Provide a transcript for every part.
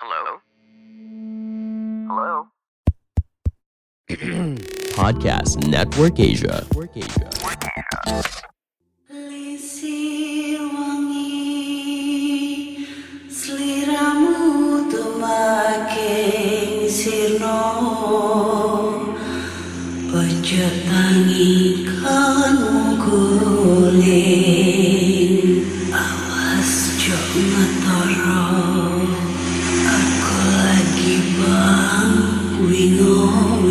Hello? Hello? Podcast Network Asia. Lisir wangi seliramu tumaking sirno ojo tangi kan guling awas jo ngetoro aku lagi bang wingo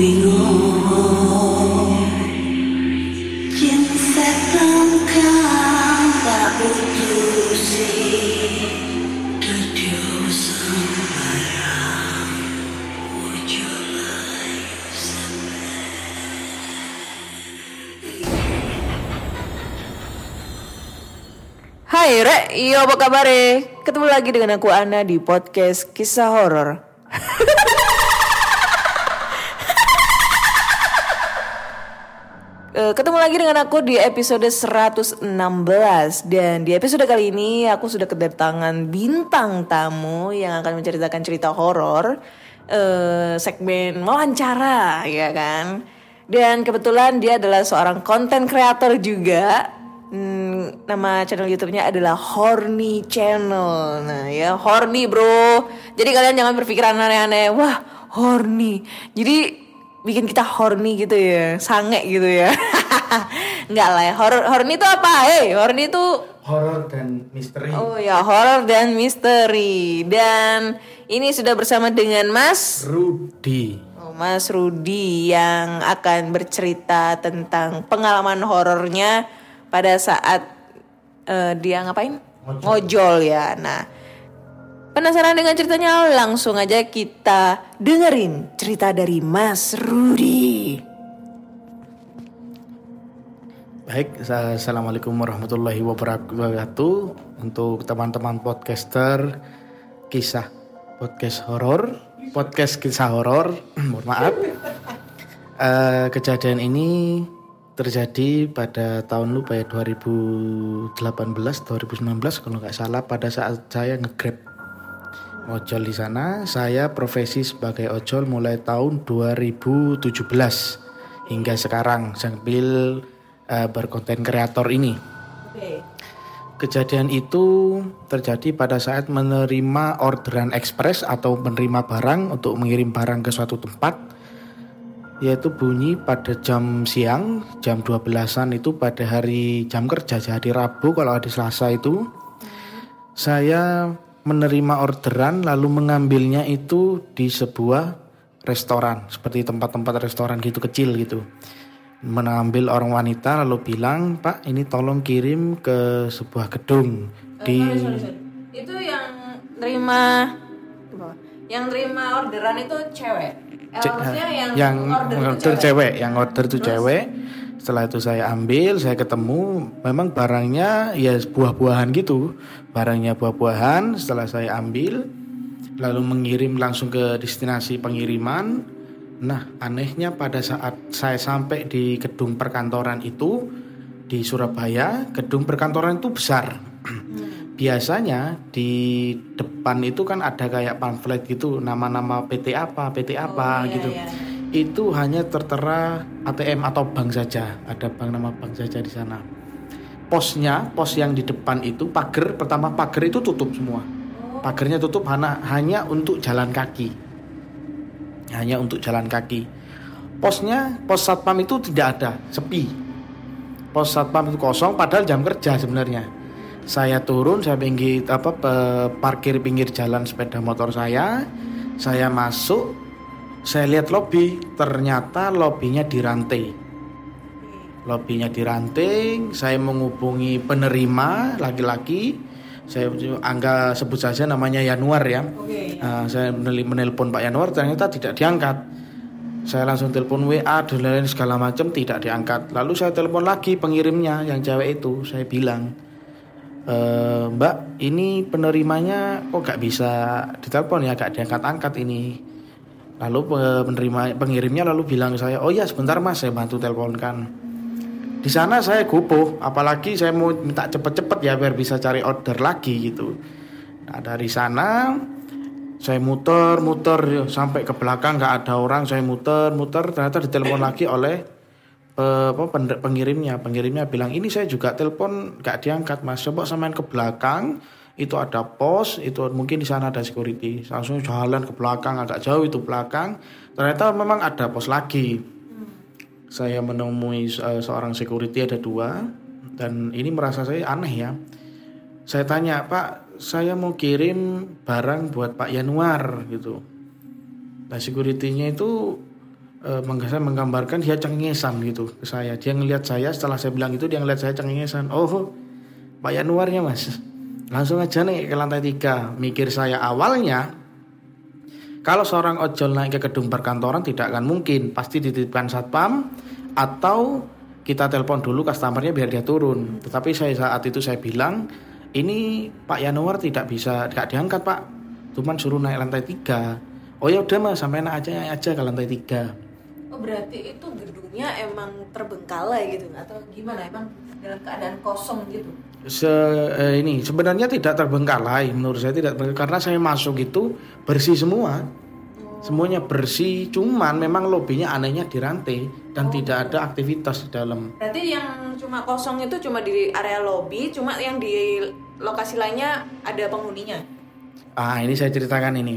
Jin setan kan tak putusi Dudu sembarang Wujud layu Hai Rek, iya apa kabar? Ketemu lagi dengan aku Ana di podcast Kisah Horor. Ketemu lagi dengan aku di episode 116. Dan di episode kali ini aku sudah kedatangan bintang tamu yang akan menceritakan cerita horor, segmen wawancara, ya kan. Dan kebetulan dia adalah seorang content creator juga. Nama channel YouTube-nya adalah Horny Channel. Nah ya, horny bro. Jadi kalian jangan berpikir aneh-aneh. Wah, horny. Jadi bikin kita horny gitu ya, sange gitu ya. Enggak lah ya. Horny itu apa? Horny itu horor dan misteri. Oh ya, horor dan misteri. Dan ini sudah bersama dengan Mas Rudi. Mas Rudi yang akan bercerita tentang pengalaman horornya pada saat dia ngapain? Ngojol ya. Nah, penasaran dengan ceritanya? Langsung aja kita dengerin cerita dari Mas Rudi. Baik, assalamualaikum warahmatullahi wabarakatuh. Untuk teman-teman podcaster podcast kisah horor, mohon maaf. Kejadian ini terjadi pada tahun 2018 2019 kalau nggak salah, pada saat saya nge-grab ojol di sana. Saya profesi sebagai ojol mulai tahun 2017 hingga sekarang sambil berkonten kreator ini. Kejadian itu terjadi pada saat menerima orderan ekspres atau menerima barang untuk mengirim barang ke suatu tempat, yaitu bunyi pada jam siang, jam 12-an itu pada hari jam kerja, hari Rabu. Kalau hari Selasa itu saya menerima orderan lalu mengambilnya itu di sebuah restoran, seperti tempat-tempat restoran gitu kecil gitu. Mengambil orang wanita lalu bilang, "Pak, ini tolong kirim ke sebuah gedung di..." Sorry. Itu yang terima orderan itu cewek. Yang order tuh cewek. Setelah itu saya ambil, saya ketemu, memang barangnya ya buah-buahan gitu. Barangnya buah-buahan. Setelah saya ambil lalu mengirim langsung ke destinasi pengiriman. Nah, anehnya pada saat saya sampai di gedung perkantoran itu di Surabaya, gedung perkantoran itu besar. Biasanya di depan itu kan ada kayak pamflet gitu, nama-nama PT apa gitu. Iya. Itu hanya tertera ATM atau bank saja, ada nama bank saja di sana. Pos yang di depan itu pagar itu tutup semua. Pagarnya tutup hanya untuk jalan kaki. Pos satpam itu tidak ada, sepi. Pos satpam itu kosong padahal jam kerja sebenarnya. Saya turun, saya parkir pinggir jalan sepeda motor saya masuk, saya lihat lobi, ternyata lobinya dirantai. Saya menghubungi penerima laki-laki, saya sebut saja namanya Yanuar ya. Saya menelpon Pak Yanuar, ternyata tidak diangkat. Saya langsung telepon WA dan lain segala macam, tidak diangkat. Lalu saya telepon lagi pengirimnya yang cewek itu, saya bilang, "Mbak, ini penerimanya kok gak bisa ditelepon ya, gak diangkat-angkat ini." Lalu pengirimnya lalu bilang ke saya, "Oh ya sebentar Mas, saya bantu teleponkan." Di sana saya gupuh, apalagi saya mau minta cepet-cepet ya biar bisa cari order lagi gitu. Nah, dari sana Saya muter ya, sampai ke belakang nggak ada orang, saya muter, ternyata ditelepon lagi oleh pengirimnya bilang ini saya juga telepon nggak diangkat mas, coba samain ke belakang itu ada pos, itu mungkin di sana ada security, langsung jalan ke belakang agak jauh itu belakang, ternyata memang ada pos lagi. Saya menemui seorang security ada 2 dan ini merasa saya aneh ya. Saya tanya, Pak, saya mau kirim barang buat Pak Yanuar gitu. Nah security-nya itu menggambarkan dia cengengesan gitu ke saya. Dia ngelihat saya setelah saya bilang itu, dia ngelihat saya cengengesan. Oh Pak Yanuarnya mas, langsung aja nih ke lantai 3. Mikir saya awalnya, kalau seorang ojol naik ke gedung perkantoran tidak akan mungkin, pasti dititipkan satpam atau kita telepon dulu customernya biar dia turun. Tetapi saat itu saya bilang, ini Pak Yanuar tidak diangkat Pak, cuman suruh naik lantai 3. Oh ya udah mas, sampai naik aja ke lantai 3. Oh berarti itu gedungnya emang terbengkalai gitu atau gimana? Emang dalam keadaan kosong gitu? Ini sebenarnya tidak terbengkalai, menurut saya tidak, karena saya masuk itu bersih semua. Semuanya bersih, cuman memang lobinya anehnya dirantai dan tidak ada aktivitas di dalam. Berarti yang cuma kosong itu cuma di area lobi, cuma yang di lokasi lainnya ada penghuninya. Ini saya ceritakan ini.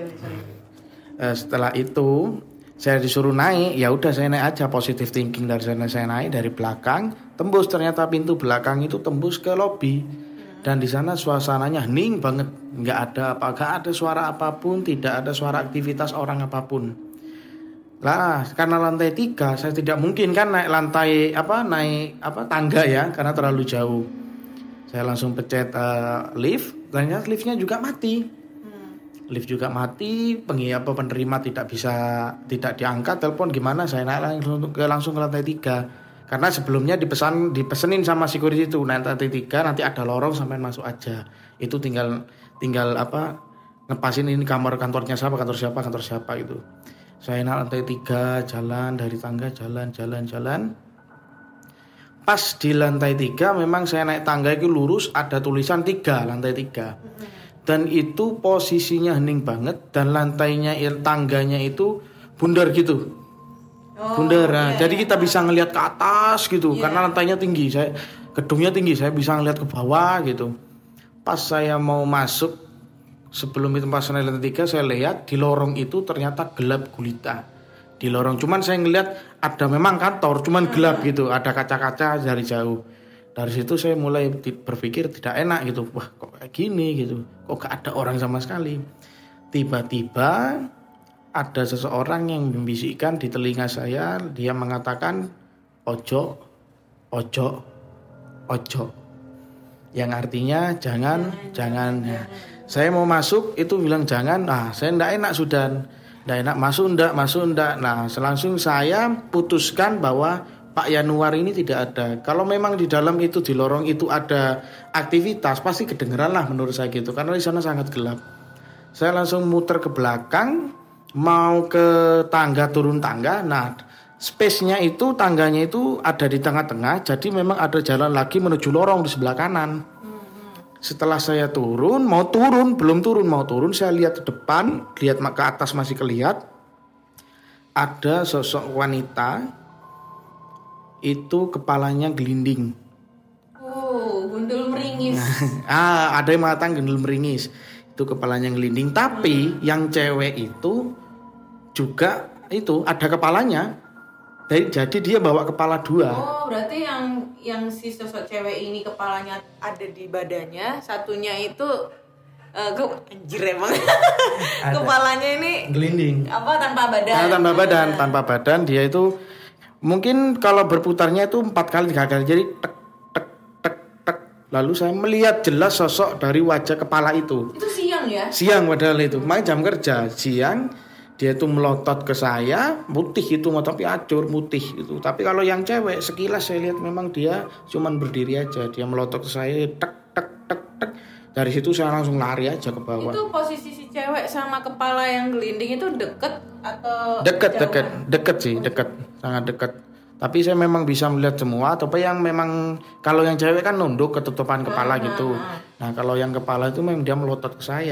Setelah itu saya disuruh naik, ya udah saya naik aja, positive thinking dari sana, saya naik dari belakang, tembus ternyata pintu belakang itu tembus ke lobi. Dan di sana suasananya hening banget, nggak ada suara apapun, tidak ada suara aktivitas orang apapun. Lah, karena lantai 3 saya tidak mungkin kan naik tangga ya, karena terlalu jauh. Saya langsung pencet lift, ternyata liftnya juga mati. Lift juga mati, penerima tidak diangkat, telepon gimana? Saya naik langsung ke lantai 3. Karena sebelumnya dipesenin sama security itu lantai 3 nanti ada lorong sampai masuk aja. Itu tinggal ngepasin ini kantor siapa gitu. Saya naik lantai 3, jalan dari tangga, jalan. Pas di lantai 3 memang saya naik tangga itu lurus, ada tulisan 3, lantai 3. Dan itu posisinya hening banget dan lantainya tangganya itu bundar gitu. Jadi kita bisa ngelihat ke atas gitu, karena lantainya tinggi, gedungnya tinggi, saya bisa ngelihat ke bawah gitu. Pas saya mau masuk, sebelum itu pas naik lantai 3, saya lihat di lorong itu ternyata gelap gulita. Di lorong, cuman saya ngelihat ada memang kantor, cuman gelap gitu, ada kaca-kaca dari jauh. Dari situ saya mulai berpikir tidak enak gitu, wah kok kayak gini gitu, kok gak ada orang sama sekali. Tiba-tiba ada seseorang yang membisikkan di telinga saya, dia mengatakan ojo. Yang artinya jangan. Saya mau masuk itu bilang jangan. Saya enggak enak sudah. Enggak enak, masuk enggak. Nah, langsung saya putuskan bahwa Pak Yanuar ini tidak ada. Kalau memang di dalam itu, di lorong itu ada aktivitas, pasti kedengeran lah menurut saya gitu, karena di sana sangat gelap. Saya langsung muter ke belakang, mau ke tangga, turun tangga. Nah space-nya itu, tangganya itu ada di tengah-tengah, jadi memang ada jalan lagi menuju lorong di sebelah kanan. Setelah saya belum turun, saya lihat ke depan, lihat ke atas masih kelihatan ada sosok wanita, itu kepalanya gelinding. Gundul meringis. Ada yang mengatakan gundul meringis, itu kepalanya gelinding, tapi yang cewek itu juga itu ada kepalanya. Jadi dia bawa kepala 2. Oh, berarti yang si sosok cewek ini kepalanya ada di badannya, satunya itu anjir emang. Kepalanya ini gelinding. Tanpa badan. Tanpa badan dia itu mungkin kalau berputarnya itu 4 kali 3 kali. Jadi tek. Lalu saya melihat jelas sosok dari wajah kepala itu. Itu siang ya? Siang padahal itu. Main jam kerja siang. Dia itu melotot ke saya, putih itu, tapi acur putih itu. Tapi kalau yang cewek sekilas saya lihat memang dia cuman berdiri aja. Dia melotot ke saya, tek. Dari situ saya langsung lari aja ke bawah. Itu posisi si cewek sama kepala yang gelinding itu deket atau Deket, sangat deket. Tapi saya memang bisa melihat semua. Tapi yang memang kalau yang cewek kan nunduk ketutupan kepala gitu. Nah kalau yang kepala itu memang dia melotot ke saya.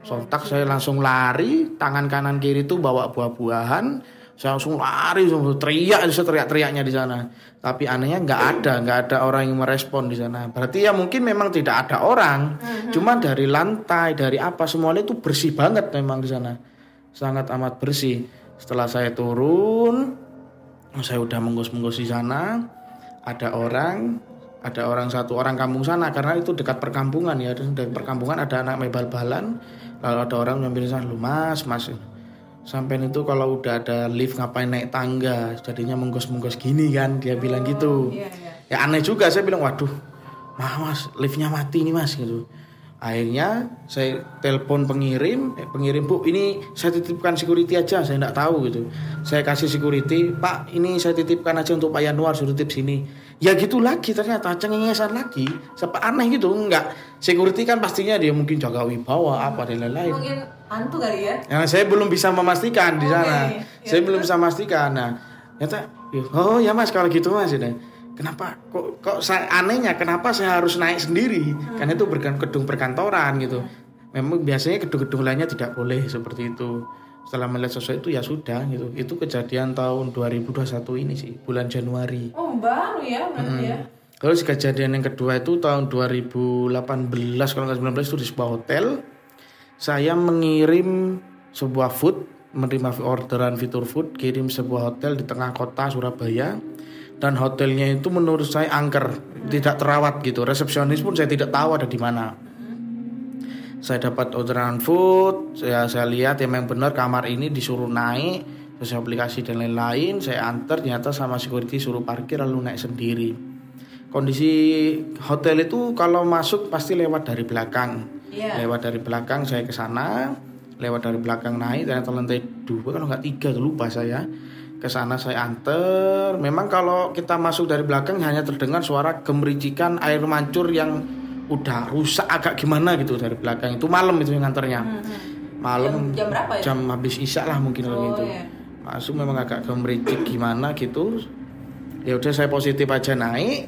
Sontak saya langsung lari, tangan kanan kiri itu bawa buah-buahan. Saya langsung lari, teriak-teriaknya di sana. Tapi anehnya nggak ada orang yang merespon di sana. Berarti ya mungkin memang tidak ada orang. Cuma dari lantai, dari apa semuanya itu bersih banget memang di sana. Sangat amat bersih. Setelah saya turun, saya udah menggus-menggus di sana. Ada orang satu orang kampung sana karena itu dekat perkampungan ya. Dari perkampungan ada anak main bal-balan. Lalu ada orang yang bilang, "Lu mas sampai itu kalau udah ada lift ngapain naik tangga, jadinya menggos-menggos gini kan," dia bilang gitu. Ya aneh juga, saya bilang waduh mas liftnya mati nih mas gitu. Akhirnya saya telepon pengirim, Bu ini saya titipkan security aja, saya enggak tahu gitu. Saya kasih security, Pak ini saya titipkan aja untuk Pak Yanuar, suruh titip sini. Ya gitu lagi ternyata cengengesan lagi, sampai aneh gitu. Enggak, security kan pastinya dia mungkin jaga wibawa apa dan lain-lain. Mungkin hantu kali ya? Nah, saya belum bisa memastikan di sana. Saya belum bisa memastikan. Nah, ternyata oh ya mas kalau gitu mas ya. Kenapa kok saya anehnya kenapa saya harus naik sendiri? Karena itu gedung perkantoran gitu. Memang biasanya gedung-gedung lainnya tidak boleh seperti itu. Setelah melihat sosok itu ya sudah gitu. Itu kejadian tahun 2021 ini sih, bulan Januari. Oh, baru ya berarti ya. Terus kejadian yang kedua itu tahun 2018 kalau nggak 19 itu di sebuah hotel. Saya mengirim sebuah food, menerima orderan fitur food, kirim sebuah hotel di tengah kota Surabaya. Dan hotelnya itu menurut saya angker, tidak terawat gitu. Resepsionis pun saya tidak tahu ada di mana. Saya dapat orderan food, saya lihat ya memang benar kamar ini disuruh naik, sesuai aplikasi dan lain-lain. Saya antar, ternyata sama security suruh parkir lalu naik sendiri. Kondisi hotel itu kalau masuk pasti lewat dari belakang. Lewat dari belakang saya ke sana, lewat dari belakang naik, ternyata lantai 2 kalau nggak 3 lupa saya. Ke sana saya anter. Memang kalau kita masuk dari belakang hanya terdengar suara gemericikan air mancur yang udah rusak agak gimana gitu dari belakang. Itu malam itu yang nganternya. Malam jam berapa ya? Jam habis isya lah mungkin gitu. Iya. Masuk memang agak gemericik gimana gitu. Ya udah saya positif aja naik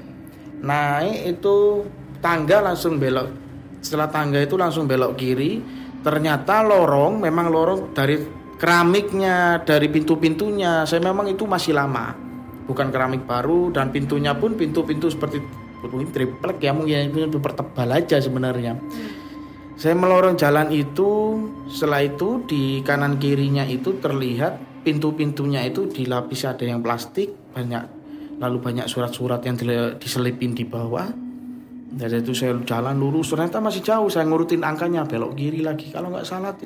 itu tangga langsung belok. Setelah tangga itu langsung belok kiri. Ternyata lorong dari keramiknya, dari pintu-pintunya saya memang itu masih lama, bukan keramik baru, dan pintunya pun pintu-pintu seperti triplek ya, mungkin pintu pertebal aja sebenarnya. Saya melorong jalan itu, setelah itu di kanan kirinya itu terlihat pintu-pintunya itu dilapisi ada yang plastik lalu banyak surat-surat yang diselipin di bawah. Dari itu saya jalan lurus, ternyata masih jauh. Saya ngurutin angkanya, belok kiri lagi. Kalau nggak salah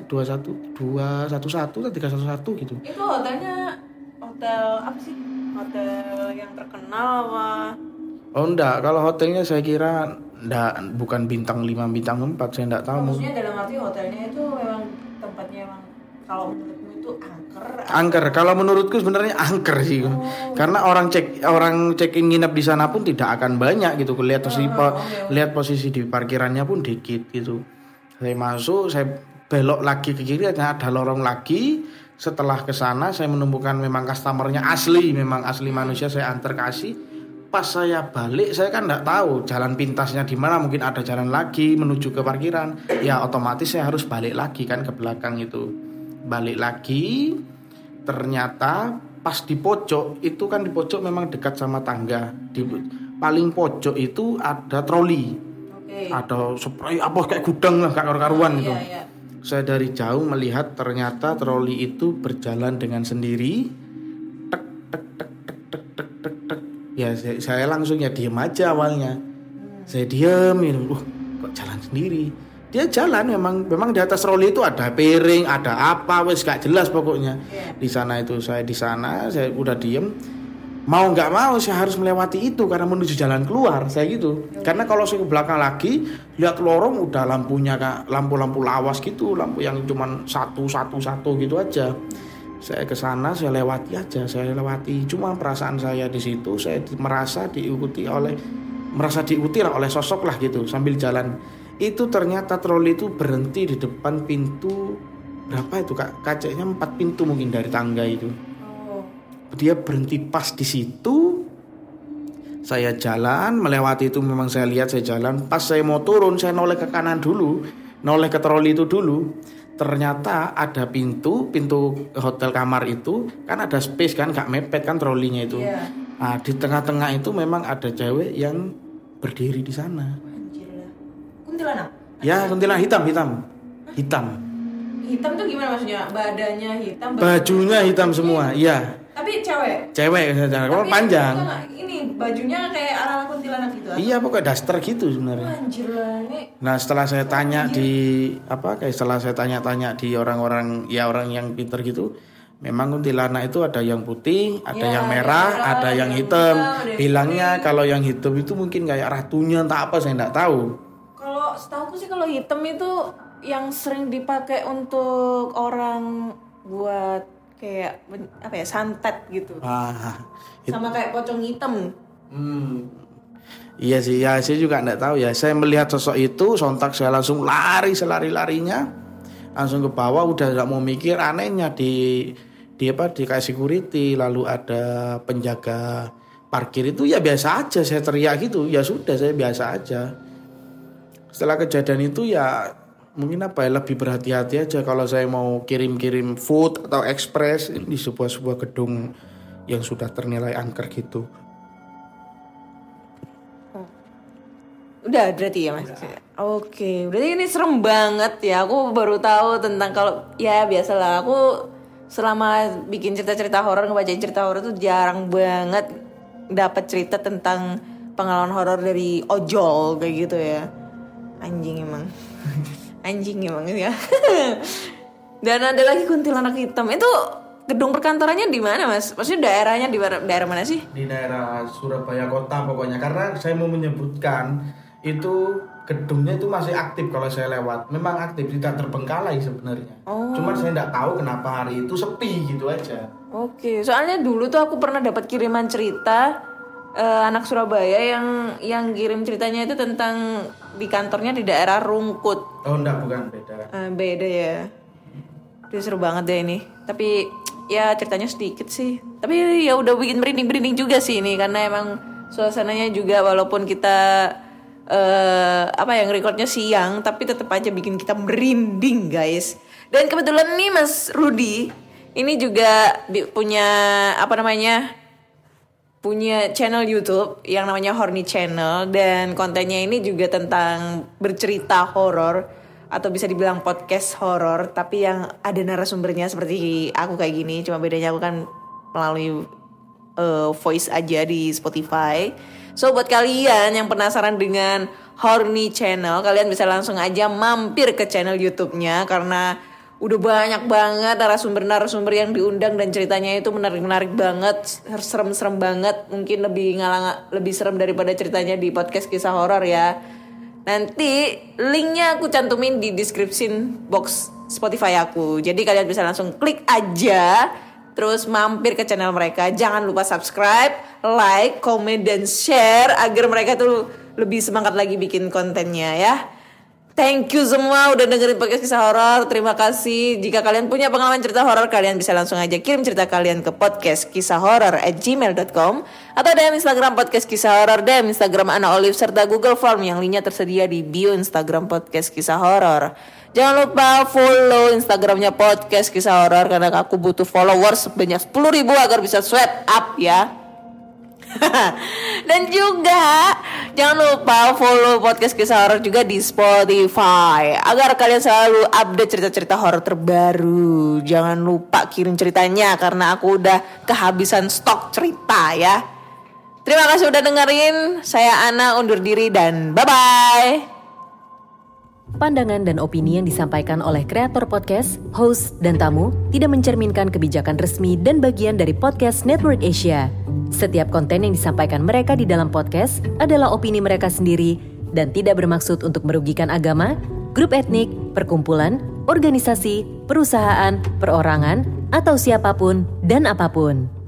211 atau 311 gitu. Itu hotelnya hotel apa sih? Hotel yang terkenal apa? Oh enggak, kalau hotelnya saya kira bukan bintang 5, bintang 4, saya enggak tahu. Maksudnya dalam arti hotelnya itu memang tempatnya memang kalau menurutmu itu angker. Angker, kalau menurutku sebenarnya angker sih. Karena orang check in nginep di sana pun tidak akan banyak gitu. Lihat posisi di parkirannya pun dikit gitu. Saya masuk, saya belok lagi ke kiri, ada lorong lagi. Setelah ke sana saya menemukan memang customernya memang asli manusia, saya antar kasih. Pas saya balik, saya kan enggak tahu jalan pintasnya di mana, mungkin ada jalan lagi menuju ke parkiran. Ya otomatis saya harus balik lagi kan ke belakang itu. Balik lagi, ternyata pas di pojok itu kan, di pojok memang dekat sama tangga, di paling pojok itu ada troli, ada spray apa kayak gudang lah, kayak karuan gitu. Saya dari jauh melihat ternyata troli itu berjalan dengan sendiri, tek tek tek tek tek tek tek tek. Ya saya langsung ya diem aja awalnya, saya diem gitu, kok jalan sendiri. Dia jalan memang di atas troli itu ada piring, ada apa, wes gak jelas pokoknya. Di sana itu saya saya udah diem. Mau nggak mau saya harus melewati itu karena menuju jalan keluar saya gitu. Karena kalau saya ke belakang lagi lihat lorong udah lampunya kak, lampu lawas gitu, lampu yang cuman satu gitu aja. Saya ke sana saya lewati aja, Cuma perasaan saya di situ saya merasa diikuti lah oleh sosok lah gitu sambil jalan. Itu ternyata troli itu berhenti di depan pintu berapa itu kak, kacanya 4 pintu mungkin dari tangga itu. Dia berhenti pas di situ. Saya jalan melewati itu, memang saya lihat, saya jalan. Pas saya mau turun saya noleh ke kanan dulu, noleh ke troli itu dulu. ternyata ada pintu hotel kamar itu kan ada space kan, gak mepet kan trolinya itu. Nah, di tengah-tengah itu memang ada cewek yang berdiri di sana. Anjir lah. Kuntilanak? Ya, kuntilanak hitam. Hitam tuh gimana maksudnya? Badannya hitam, Bajunya hitam semua, iya. Tapi cewek. Kalau panjang. Ini bajunya kayak ala kuntilanak gitu. Iya, pokoknya daster gitu sebenarnya. Anjir lah ini. Nah, setelah saya tanya tanya di orang yang pinter gitu, memang kuntilanak itu ada yang putih, ada yang merah, ada yang hitam. Bilangnya kalau yang hitam itu mungkin kayak ratunya entah apa, saya enggak tahu. Kalau setahuku sih kalau hitam itu yang sering dipakai untuk orang buat kayak apa ya, santet gitu. Sama kayak pocong hitam. Iya sih, ya saya juga enggak tahu ya. Saya melihat sosok itu, sontak saya langsung lari selari-larinya, langsung ke bawah, udah enggak mau mikir. Anehnya di kayak security, lalu ada penjaga parkir itu ya biasa aja, saya teriak gitu, ya sudah saya biasa aja. Setelah kejadian itu ya mungkin lebih berhati-hati aja kalau saya mau kirim food atau express di sebuah gedung yang sudah ternilai angker gitu. Udah berarti ya Mas. Oke, berarti ini serem banget ya. Aku baru tahu tentang, kalau ya biasalah aku selama bikin cerita-cerita horor, ngebacain cerita horor tuh jarang banget dapat cerita tentang pengalaman horor dari ojol kayak gitu ya. Anjing emang ya. Dan ada lagi kuntilanak hitam. Itu gedung perkantorannya di mana Mas? Maksudnya daerahnya di daerah mana sih? Di daerah Surabaya kota pokoknya. Karena saya mau menyebutkan itu gedungnya itu masih aktif kalau saya lewat. Memang aktif, tidak terbengkalai sebenarnya. Cuman saya tidak tahu kenapa hari itu sepi gitu aja. Oke, soalnya dulu tuh aku pernah dapat kiriman cerita anak Surabaya yang kirim ceritanya itu tentang di kantornya di daerah Rungkut. Oh enggak, bukan, beda. Beda ya. Itu seru banget deh ini. Tapi ya ceritanya sedikit sih. Tapi ya udah bikin merinding juga sih ini, karena emang suasananya juga walaupun kita recordnya siang, tapi tetap aja bikin kita merinding guys. Dan kebetulan nih Mas Rudy ini juga punya channel YouTube yang namanya Horny Channel, dan kontennya ini juga tentang bercerita horor atau bisa dibilang podcast horor, tapi yang ada narasumbernya seperti aku kayak gini. Cuma bedanya aku kan melalui voice aja di Spotify. So buat kalian yang penasaran dengan Horny Channel, kalian bisa langsung aja mampir ke channel YouTube-nya, karena udah banyak banget narasumber yang diundang dan ceritanya itu menarik banget, serem banget, mungkin lebih serem daripada ceritanya di podcast kisah horor ya. Nanti linknya aku cantumin di description box Spotify aku. Jadi kalian bisa langsung klik aja, terus mampir ke channel mereka. Jangan lupa subscribe, like, comment, dan share agar mereka tuh lebih semangat lagi bikin kontennya ya. Thank you semua udah dengerin podcast kisah horor. Terima kasih. Jika kalian punya pengalaman cerita horor, kalian bisa langsung aja kirim cerita kalian ke podcastkisahhoror@gmail.com atau DM Instagram podcast kisah horor, DM Instagram Ana Olive, serta Google Form yang linknya tersedia di bio Instagram podcast kisah horor. Jangan lupa follow Instagramnya podcast kisah horor, karena aku butuh followers sebanyak 10.000 agar bisa swipe up ya. Dan juga jangan lupa follow podcast kisah horor juga di Spotify agar kalian selalu update cerita-cerita horor terbaru. Jangan lupa kirim ceritanya, karena aku udah kehabisan stok cerita ya. Terima kasih udah dengerin. Saya Ana undur diri dan bye-bye. Pandangan dan opini yang disampaikan oleh kreator podcast, host, dan tamu tidak mencerminkan kebijakan resmi dan bagian dari Podcast Network Asia. Setiap konten yang disampaikan mereka di dalam podcast adalah opini mereka sendiri dan tidak bermaksud untuk merugikan agama, grup etnik, perkumpulan, organisasi, perusahaan, perorangan, atau siapapun dan apapun.